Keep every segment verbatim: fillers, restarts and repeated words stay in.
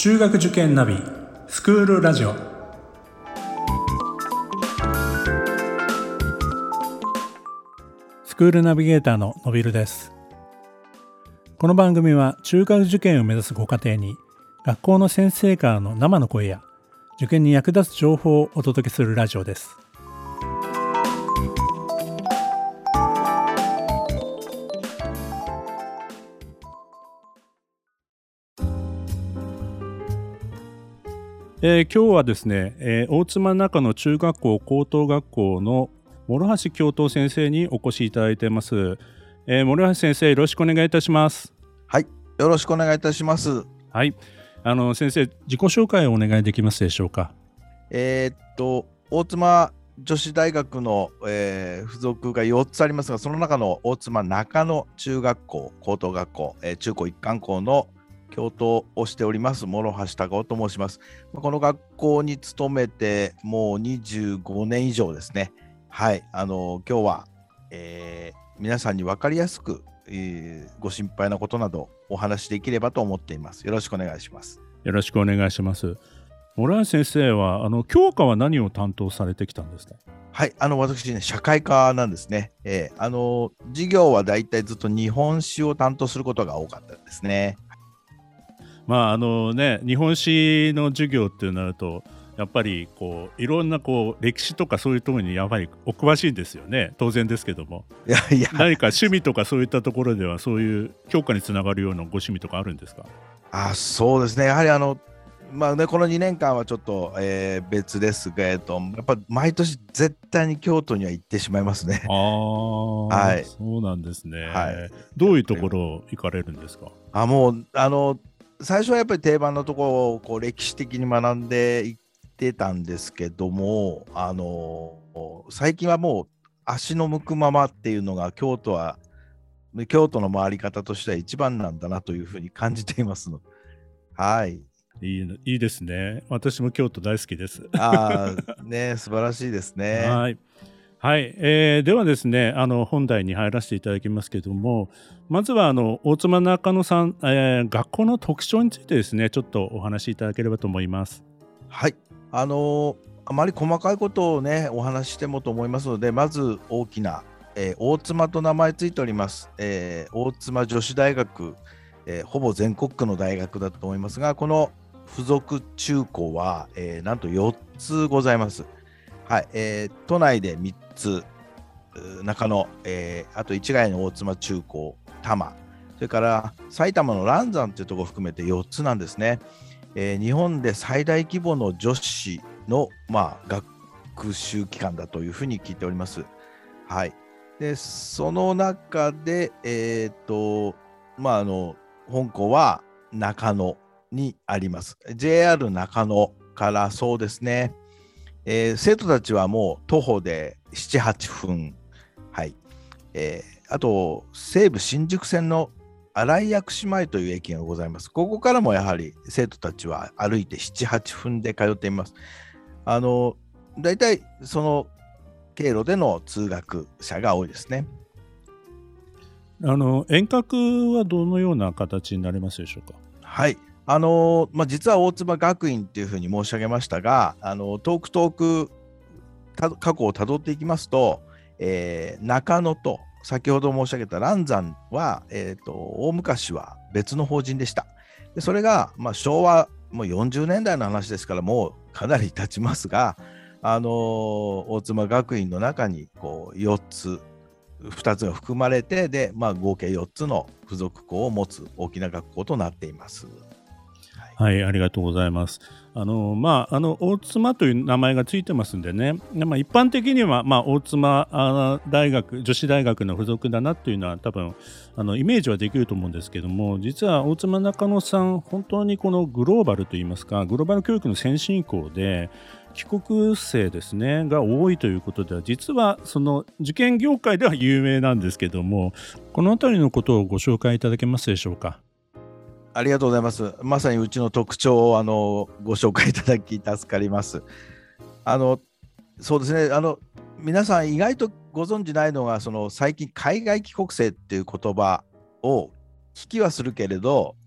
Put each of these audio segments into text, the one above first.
中学受験ナビスクールラジオ。スクールナビゲーターののびるです。この番組は中学受験を目指すご家庭に学校の先生からの生の声や受験に役立つ情報をお届けするラジオです。えー、今日はですね、えー、大妻中野中学校高等学校の諸橋教頭先生にお越しいただいています。えー、諸橋先生、よろしくお願いいたします。 はい、よろしくお願いいたします。 はい、あの先生、自己紹介をお願いできますでしょうか。 えー、っと大妻女子大学の、えー、付属がよっつありますが、その中の大妻中野中学校高等学校、えー、中高一貫校の教頭をしております諸橋隆夫と申します。この学校に勤めてもうにじゅうごねん以上ですね。はい、あの今日は、えー、皆さんに分かりやすく、えー、ご心配なことなどお話しできればと思っています。よろしくお願いします。 よろしくお願いします。諸橋先生はあの教科は何を担当されてきたんですか。 はい、あの私ね、社会科なんですね。えー、あの授業はだいたいずっと日本史を担当することが多かったですね。 まああのね、日本史の授業ってなるとやっぱりこういろんなこう歴史とかそういうところにやっぱりお詳しいんですよね。当然ですけども、 いやいや、 何か趣味とかそういったところではそういう教科につながるようなご趣味とかあるんですか。 あ、そうですね、やはりあのまあね、このにねんかんはちょっと、えー、別ですが、えっと、やっぱ毎年絶対に京都には行ってしまいますね。 ああ、はい、そうなんですね。はい、どういうところ行かれるんですか。 あ、もうあの最初はやっぱり定番のところをこう歴史的に学んでいってたんですけども、あの最近はもう足の向くままっていうのが京都は京都の回り方としては一番なんだなというふうに感じていますの。はい。 いい、いいですね。私も京都大好きです。 ああ、ね、素晴らしいですね。 はい。はい、えー、ではですね、あの本題に入らせていただきますけれども、まずはあの大妻中野さん、えー、学校の特徴についてですね、ちょっとお話しいただければと思います。 はい、あのー、あまり細かいことをねお話ししてもと思いますので、まず大きな、えー、大妻と名前ついております、えー、大妻女子大学、えー、ほぼ全国区の大学だと思いますが、この附属中高は、えー、なんとよっつございます。はい、えー、都内でみっつ、中野、えー、あと市ヶ谷の大妻中高、多摩、それから埼玉の嵐山というところを含めてよっつなんですね。えー、日本で最大規模の女子の、まあ、学習機関だというふうに聞いております。はい、でその中で、えーとまあ、あの本校は中野にあります。 ジェイアール 中野からそうですね、えー、生徒たちはもう徒歩でななはちふん、はいえー、あと西武新宿線の新井薬師前という駅がございます。ここからもやはり生徒たちは歩いてななはちふんで通っています。あのだいたいその経路での通学者が多いですね。 あの遠隔はどのような形になりますでしょうか。 はい、あのまあ、実は大妻学院というふうに申し上げましたが、あの遠く遠く過去をたどっていきますと、えー、中野と先ほど申し上げた嵐山は、えーと、大昔は別の法人でした。でそれが、まあ、昭和もうよんじゅうねんだいの話ですから、もうかなり経ちますが、あのー、大妻学院の中にこうよっつふたつが含まれて、で、まあ、合計よっつの付属校を持つ大きな学校となっています。 はい、はい、ありがとうございます。あのまあ、あの大妻という名前がついてますんでね、まあ、一般的には、まあ、大妻大学女子大学の付属だなというのは多分あのイメージはできると思うんですけども、実は大妻中野さん、本当にこのグローバルといいますか、グローバル教育の先進校で帰国生ですねが多いということでは、実はその受験業界では有名なんですけども、このあたりのことをご紹介いただけますでしょうか。 ありがとうございます。まさにうちの特徴をあのご紹介いただき助かります。あのそうですね、あの皆さん意外とご存じないのが、その最近海外帰国生っていう言葉を聞きはするけれど、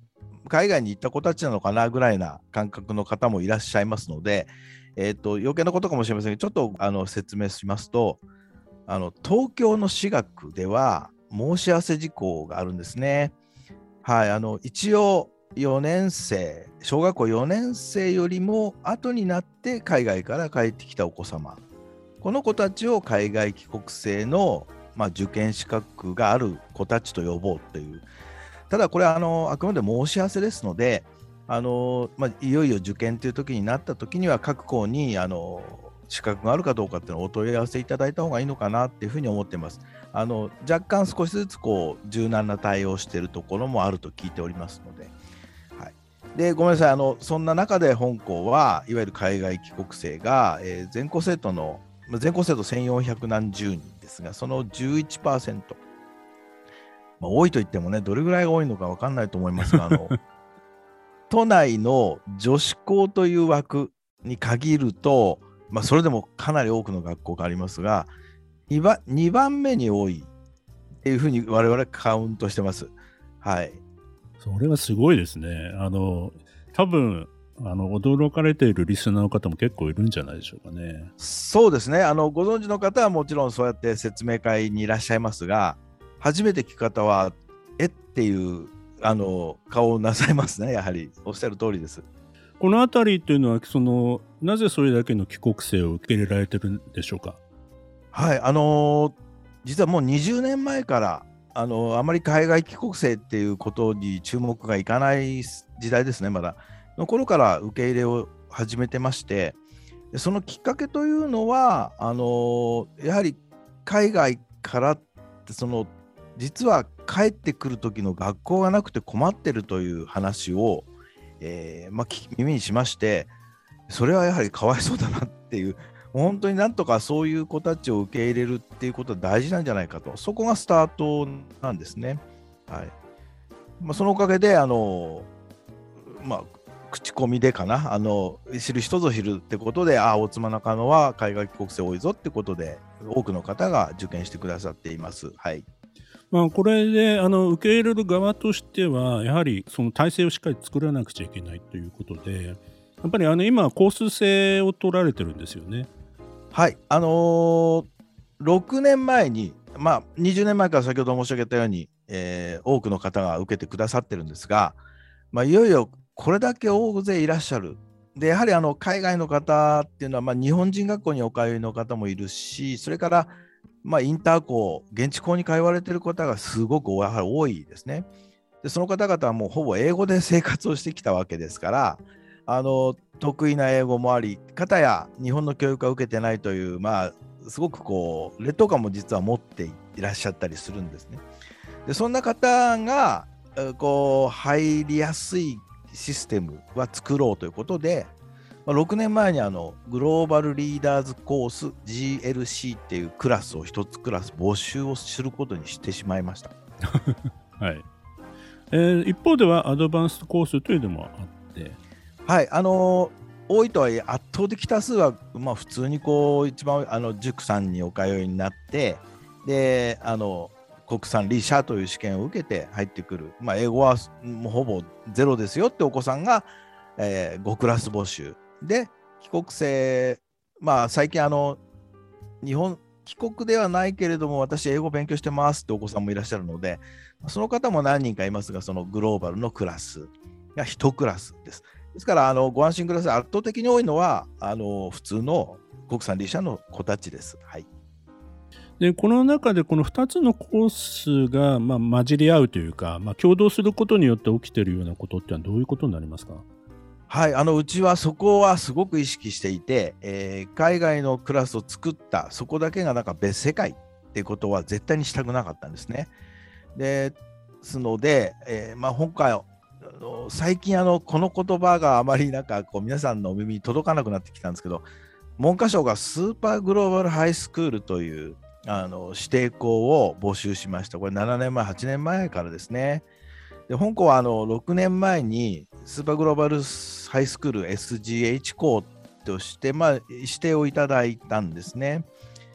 海外に行った子たちなのかなぐらいな感覚の方もいらっしゃいますので、えー、と余計なことかもしれませんが、ちょっとあの説明しますと、あの東京の私学では申し合わせ事項があるんですね。はい、あの一応よねん生、小学校よねん生よりも後になって海外から帰ってきたお子様、この子たちを海外帰国生の、まあ、受験資格がある子たちと呼ぼうという。ただこれはあのあくまで申し合わせですので、あの、まあ、いよいよ受験という時になった時には各校にあの資格があるかどうかっていうのをお問い合わせいただいた方がいいのかなっていうふうに思っています。あの若干少しずつこう柔軟な対応をしているところもあると聞いておりますので、はい、でごめんなさい、あのそんな中で本校はいわゆる海外帰国生が、えー、全校生徒の全校生徒せんよんひゃくなんじゅうにんですが、その じゅういちパーセント、まあ、多いといってもね、どれぐらいが多いのか分かんないと思いますが、あの都内の女子校という枠に限ると、まあ、それでもかなり多くの学校がありますが、にばん、にばんめに多いっていうふうに我々カウントしてます。はい。 それはすごいですね。あの多分あの驚かれているリスナーの方も結構いるんじゃないでしょうかね。 そうですね。あのご存知の方はもちろんそうやって説明会にいらっしゃいますが、初めて聞く方はえっていうあの顔をなさいますね。やはりおっしゃる通りです。 このあたりというのはそのなぜそれだけの帰国生を受け入れられてるんでしょうか。 はい、あのー実はもうにじゅうねんまえからあのーあまり海外帰国生っていうことに注目がいかない時代ですね、まだの頃から受け入れを始めてまして、でそのきっかけというのはあのーやはり海外からってその実は帰ってくる時の学校がなくて困ってるという話を、えーまあ、聞き耳にしまして、それはやはりかわいそうだなっていう、本当になんとかそういう子たちを受け入れるっていうことは大事なんじゃないかと、そこがスタートなんですね。はい。まあ、そのおかげであの、まあ、口コミでかな、あの知る人ぞ知るってことで、ああ大妻中野は海外帰国生多いぞってことで多くの方が受験してくださっています。はい。 まあ、これであの受け入れる側としてはやはりその体制をしっかり作らなくちゃいけないということで、やっぱりあの今コース制を取られてるんですよね。 はい、あのー、ろくねんまえに、まあ、にじゅうねんまえから先ほど申し上げたように、えー多くの方が受けてくださってるんですが、まあ、いよいよこれだけ大勢いらっしゃる。で、やはりあの海外の方っていうのは、まあ、日本人学校にお通いの方もいるし、それから、まあ、インター校、現地校に通われてる方がすごくやはり多いですね。で、その方々はもうほぼ英語で生活をしてきたわけですから、あの得意な英語もあり、かたや日本の教育を受けてないという、まあ、すごくこう劣等感も実は持っていらっしゃったりするんですね。で、そんな方がこう入りやすいシステムは作ろうということで、まあ、ろくねんまえにあのグローバルリーダーズコース ジーエルシー っていうクラスを一つクラス募集をすることにしてしまいました。 はい。えー一方ではアドバンストコースというのもあって、 はい、あのー多いとはいえ圧倒的多数は、まあ、普通にこう一番あの塾さんにお通いになって、であの国産リーシャーという試験を受けて入ってくる、まあ、英語はもうほぼゼロですよってお子さんが、えーごクラス募集で、帰国生、まあ、最近あの日本帰国ではないけれども私英語勉強してますってお子さんもいらっしゃるので、その方も何人かいますが、そのグローバルのクラスがいちクラスです。ですからあのご安心ください。圧倒的に多いのはあの普通の国産リーシャの子たちです。はい。 でこの中でこのふたつのコースが、まあ、混じり合うというか、まあ、共同することによって起きているようなことってのはどういうことになりますか？ はい、あのうちはそこはすごく意識していて、えー海外のクラスを作ったそこだけがなんか別世界っていうことは絶対にしたくなかったんですね。ですので、えーまあ、今回あの最近あのこの言葉があまりなんかこう皆さんのお耳に届かなくなってきたんですけど、文科省がスーパーグローバルハイスクールというあの指定校を募集しました。これななねんまえはちねんまえからですね。で本校はあのろくねんまえにスーパーグローバルハイスクール エスジーエイチ 校として、まあ、指定をいただいたんですね。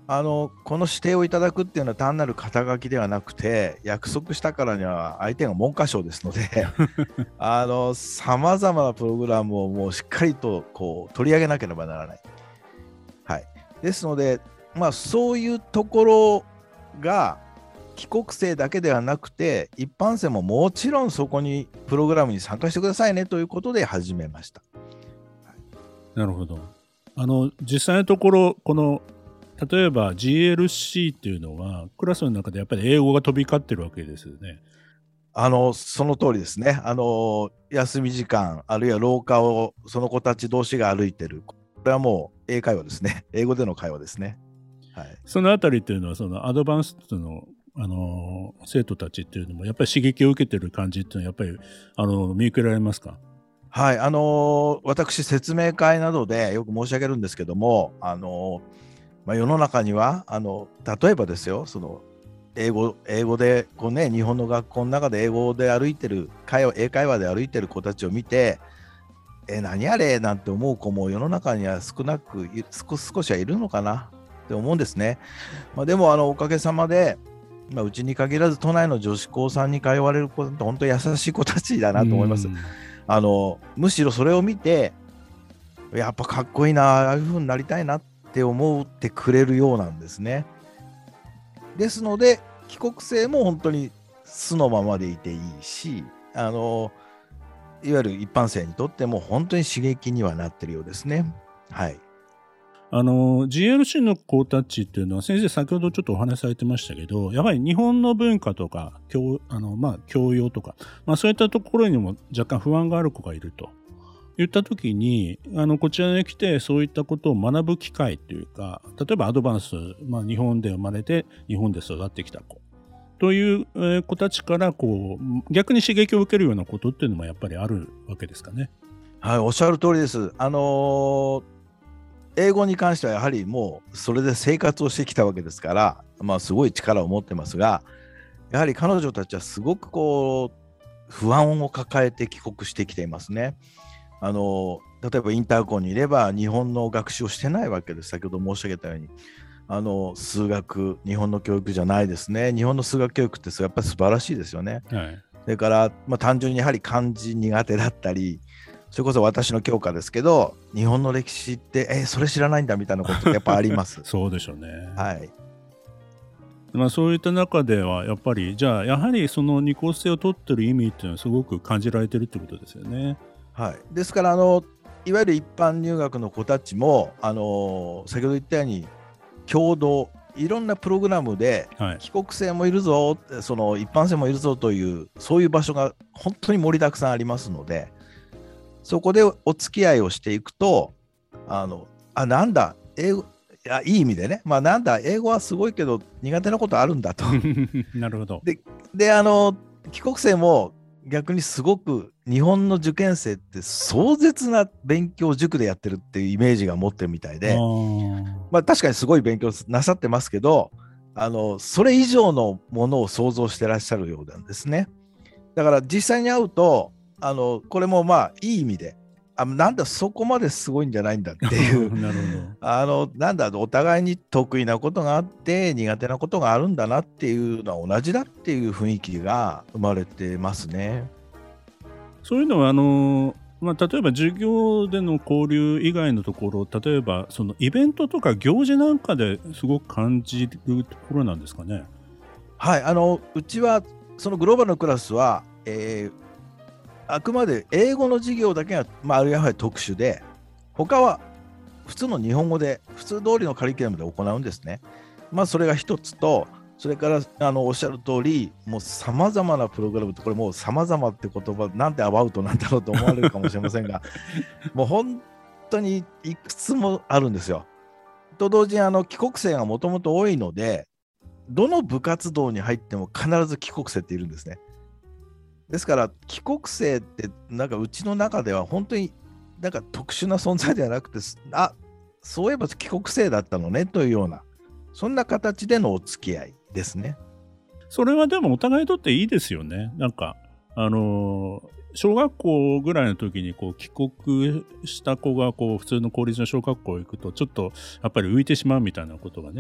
あのこの指定をいただくっていうのは単なる肩書きではなくて、約束したからには相手が文科省ですのでさまざまなプログラムをもうしっかりとこう取り上げなければならない、はい、ですので、まあ、そういうところが帰国生だけではなくて一般生ももちろんそこにプログラムに参加してくださいねということで始めました。 なるほど。あの実際のところこの例えば ジーエルシー っていうのはクラスの中でやっぱり英語が飛び交ってるわけですよね。 あのその通りですね。あの休み時間あるいは廊下をその子たち同士が歩いてる、これはもう英会話ですね。英語での会話ですね。はい、 そのあたりっていうのはそのアドバンストの、あの生徒たちっていうのもやっぱり刺激を受けてる感じっていうのはやっぱりあの見受けられますか？ はい、あの私説明会などでよく申し上げるんですけども、あのまあ、世の中にはあの例えばですよ、その英語英語でこう、ね、日本の学校の中で英語で歩いてる会話英会話で歩いてる子たちを見て、え何あれなんて思う子も世の中には少なくい少少しはいるのかなって思うんですね。まあ、でもあのおかげさまで、まあ、うちに限らず都内の女子高さんに通われる子って本当に優しい子たちだなと思います。あのむしろそれを見てやっぱかっこいいな、ああいう風になりたいなって思ってくれるようなんですね。ですので帰国生も本当に素のままでいていいし、あのいわゆる一般生にとっても本当に刺激にはなってるようですね。はい。 あの ジーエルシー の子たちっていうのは先生先ほどちょっとお話しされてましたけど、やはり日本の文化とか教あの、まあ、教養とか、まあ、そういったところにも若干不安がある子がいるといったときに、あのこちらに来てそういったことを学ぶ機会というか、例えばアドバンス、まあ、日本で生まれて日本で育ってきた子という子たちからこう逆に刺激を受けるようなことっていうのもやっぱりあるわけですかね。 はい、おっしゃる通りです。あのー英語に関してはやはりもうそれで生活をしてきたわけですから、まあ、すごい力を持ってますが、やはり彼女たちはすごくこう不安を抱えて帰国してきていますね。あの例えばインター校にいれば日本の学習をしてないわけです。先ほど申し上げたように、あの数学、日本の教育じゃないですね。日本の数学教育ってやっぱり素晴らしいですよね。はい、それから、まあ、単純にやはり漢字苦手だったり、それこそ私の教科ですけど、日本の歴史ってえそれ知らないんだみたいなことってやっぱあります。 そうでしょうね。 はい。 まあ、そういった中ではやっぱりじゃあやはりその二項性を取ってる意味っていうのはすごく感じられてるってことですよね。 はい、ですからあのいわゆる一般入学の子たちもあの先ほど言ったように共同いろんなプログラムで帰国生もいるぞ、はい、その一般生もいるぞというそういう場所が本当に盛りだくさんありますので、そこでお付き合いをしていくとあのあなんだ英語いやいい意味でね、まあ、なんだ英語はすごいけど苦手なことあるんだとなるほど。 でであの帰国生も逆にすごく日本の受験生って壮絶な勉強を塾でやってるっていうイメージが持ってるみたいで、まあ、確かにすごい勉強なさってますけど、あのそれ以上のものを想像してらっしゃるようなんですね。だから実際に会うとあのこれもまあいい意味であなんだそこまですごいんじゃないんだっていうなるほどあのなんだお互いに得意なことがあって苦手なことがあるんだなっていうのは同じだっていう雰囲気が生まれてますね。 そういうのはあの、まあ、例えば授業での交流以外のところ、例えばそのイベントとか行事なんかですごく感じるところなんですかね。 はい、あのうちはそのグローバルのクラスは、えー、あくまで英語の授業だけが、まあ、あるいはやはり特殊で、他は普通の日本語で普通通りのカリキュラムで行うんですね。まあそれが一つと、それからあのおっしゃる通り、もうさまざまなプログラムと、これもうさまざまって言葉なんてアバウトなんだろうと思われるかもしれませんがもう本当にいくつもあるんですよ。と同時にあの帰国生がもともと多いので、どの部活動に入っても必ず帰国生っているんですね。ですから帰国生ってなんかうちの中では本当になんか特殊な存在ではなくて、あそういえば帰国生だったのねというような、そんな形でのお付き合いですね。 それはでもお互いにとっていいですよね。なんかあのー、小学校ぐらいの時にこう帰国した子がこう普通の公立の小学校行くとちょっとやっぱり浮いてしまうみたいなことがね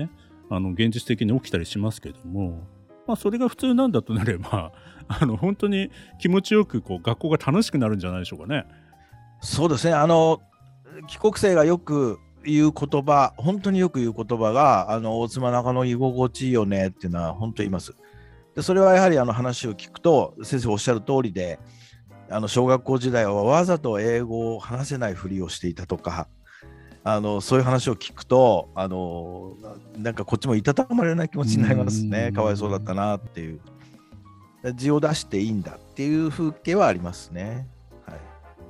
あの現実的に起きたりしますけども、まあ、それが普通なんだとなればあの本当に気持ちよくこう学校が楽しくなるんじゃないでしょうかね。 そうですね。あの帰国生がよく言う言葉、本当によく言う言葉が、あの大妻中野居心地いいよねっていうのは本当に言います。でそれはやはりあの話を聞くと、先生おっしゃる通りで、あの小学校時代はわざと英語を話せないふりをしていたとか、あのそういう話を聞くと、あのなんかこっちもいたたまれない気持ちになりますね。かわいそうだったなっていう。字を出していいんだっていう風景はありますね。はい、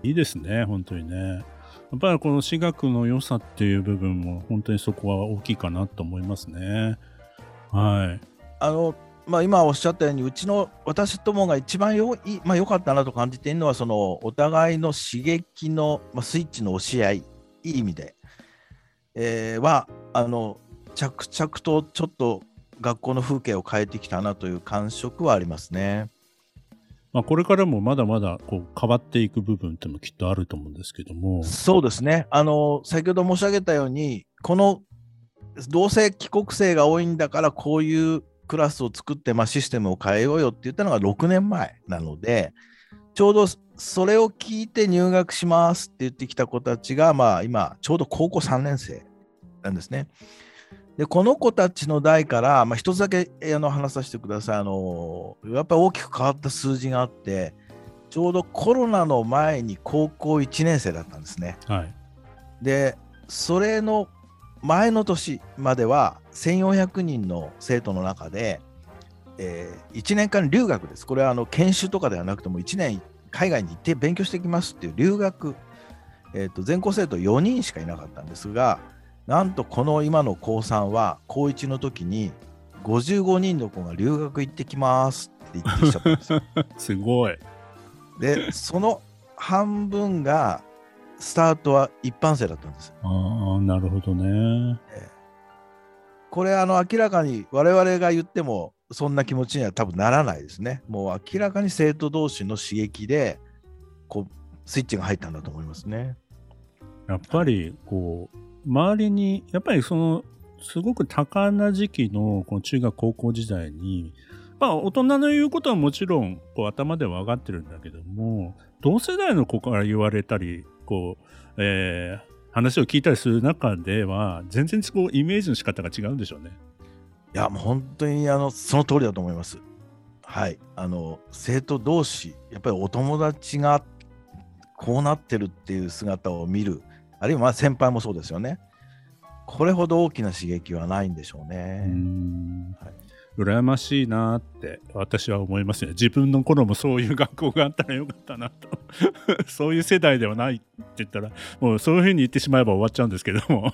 いいですね、本当にね。やっぱりこの私学の良さっていう部分も本当にそこは大きいかなと思いますね。はい。 あのまあ、今おっしゃったように、うちの私どもが一番よい、まあ、良かったなと感じているのは、そのお互いの刺激の、まあ、スイッチの押し合い、いい意味で、えー、はあの着々とちょっと学校の風景を変えてきたなという感触はありますね。 まあ、これからもまだまだこう変わっていく部分ってもきっとあると思うんですけども。 そうですね。あの先ほど申し上げたように、このどうせ帰国生が多いんだからこういうクラスを作って、まあ、システムを変えようよって言ったのがろくねんまえなので、ちょうどそれを聞いて入学しますって言ってきた子たちが、まあ、今ちょうど高校さんねん生なんですね。でこの子たちの代から、まあ、一つだけあの話させてください。あのやっぱり大きく変わった数字があって、ちょうどコロナの前に高校いちねん生だったんですね。 はい、 でそれの前の年まではせんよんひゃくにんの生徒の中で、えー、いちねんかん留学です。これはあの研修とかではなくてもいちねん海外に行って勉強してきますっていう留学、えー、と全校生徒よにんしかいなかったんですが、なんとこの今の高さんは高いちの時にごじゅうごにんの子が留学行ってきますって言ってきちゃったんですよ。 すごい。 でその半分がスタートは一般生だったんです。 ああ、なるほどね。 えーこれあの明らかに我々が言ってもそんな気持ちには多分ならないですね。もう明らかに生徒同士の刺激でこうスイッチが入ったんだと思いますね。 やっぱりこう周りにやっぱりそのすごく多感な時期のこの中学高校時代に、まあ大人の言うことはもちろんこう頭では分かってるんだけども、同世代の子から言われたりこう、えー話を聞いたりする中では全然こうイメージの仕方が違うんでしょうね。 いやもう本当にあのその通りだと思います。はい、あの生徒同士やっぱりお友達がこうなってるっていう姿を見る、あるいはまあ先輩もそうですよね。これほど大きな刺激はないんでしょうね。 うーん、はい、羨ましいなって私は思いますね。自分の頃もそういう学校があったらよかったなとそういう世代ではないって言ったらもうそういうふうに言ってしまえば終わっちゃうんですけども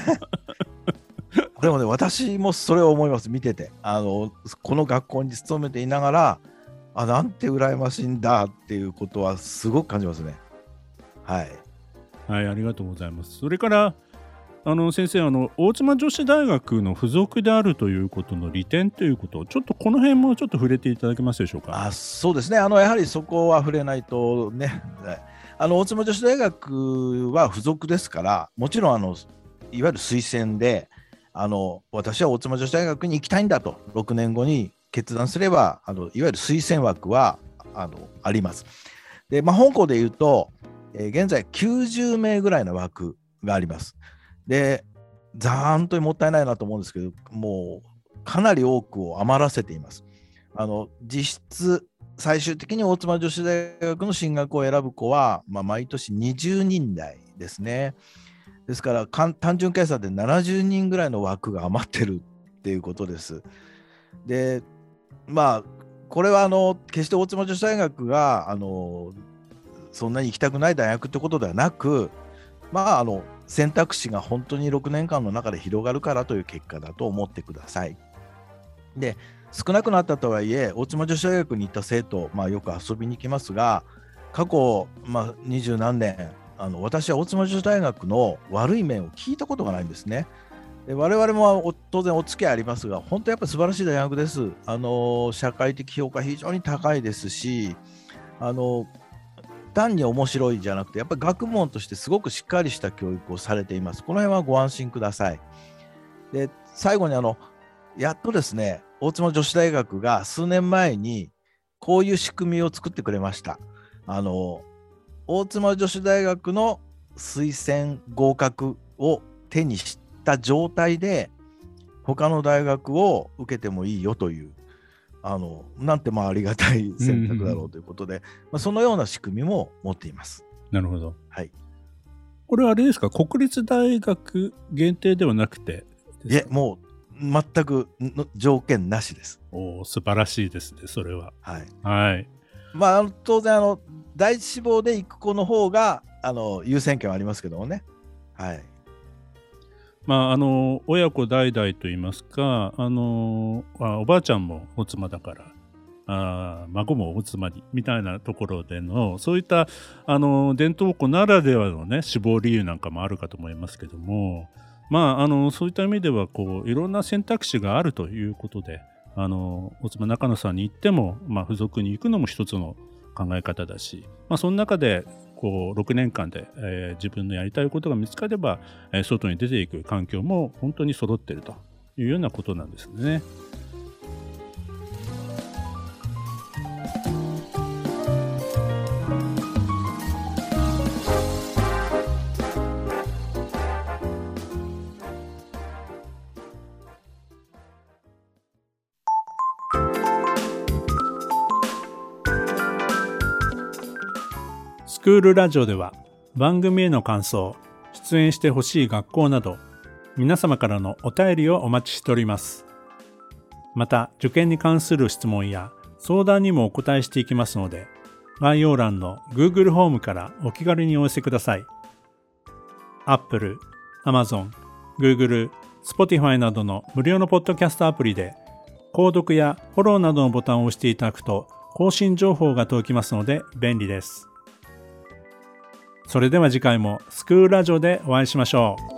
でもね、私もそれを思います。見てて、あのこの学校に勤めていながら、あ、なんて羨ましいんだっていうことはすごく感じますね。はい、 はい、ありがとうございます。それからあの先生、あの大妻女子大学の付属であるということの利点ということをちょっとこの辺もちょっと触れていただけますでしょうか。 あ、そうですね。あのやはりそこは触れないとね。あの大妻女子大学は付属ですから、もちろんあのいわゆる推薦で、あの私は大妻女子大学に行きたいんだとろくねんごに決断すれば、あのいわゆる推薦枠は あのあります。で、まあ、本校でいうと、えー、現在きゅうじゅうめいぐらいの枠があります。で、ざーんともったいないなと思うんですけど、もうかなり多くを余らせています。あの実質最終的に大妻女子大学の進学を選ぶ子は、まあ、毎年にじゅうにん台ですね。ですから単純計算でななじゅうにんぐらいの枠が余ってるっていうことです。で、まあこれはあの決して大妻女子大学があのそんなに行きたくない大学ってことではなく、まああの選択肢が本当にろくねんかんの中で広がるからという結果だと思ってください。で、少なくなったとはいえ、大妻女子大学に行った生徒、まあ、よく遊びに来ますが、過去、まあ、二十何年、あの私は大妻女子大学の悪い面を聞いたことがないんですね。で、我々も当然お付き合いありますが、本当やっぱり素晴らしい大学です。あの社会的評価非常に高いですし、あの単に面白いじゃなくて、やっぱり学問としてすごくしっかりした教育をされています。この辺はご安心ください。で、最後にあのやっとですね、大妻女子大学が数年前にこういう仕組みを作ってくれました。あの大妻女子大学の推薦合格を手にした状態で他の大学を受けてもいいよという、あのなんてまあありがたい選択だろうということで、うんうんうん、まあ、そのような仕組みも持っています。 なるほど。 はい。 これはあれですか、国立大学限定ではなくてですか？ いえ、もう全く条件なしです。 おー、素晴らしいですね、それは。 はい。 はい。 まあ、当然あの第一志望で行く子の方があの優先権はありますけどもね。はい。 まあ、あの親子代々といいますか、あのあおばあちゃんも大妻だからあ孫も大妻にみたいなところでのそういったあの伝統校ならではのね志望理由なんかもあるかと思いますけども、まあ、あのそういった意味ではこういろんな選択肢があるということで、あの大妻中野さんに行っても、まあ、付属に行くのも一つの考え方だし、まあ、その中でこうろくねんかんで、えー、自分のやりたいことが見つかれば、えー、外に出ていく環境も本当に揃っているというようなことなんですね。スクールラジオでは番組への感想、出演してほしい学校など皆様からのお便りをお待ちしております。また受験に関する質問や相談にもお答えしていきますので、概要欄の Google ホームからお気軽にお寄せください。Apple、Amazon、Google、Spotify などの無料のポッドキャストアプリで購読やフォローなどのボタンを押していただくと更新情報が届きますので便利です。それでは次回もスクールラジオでお会いしましょう。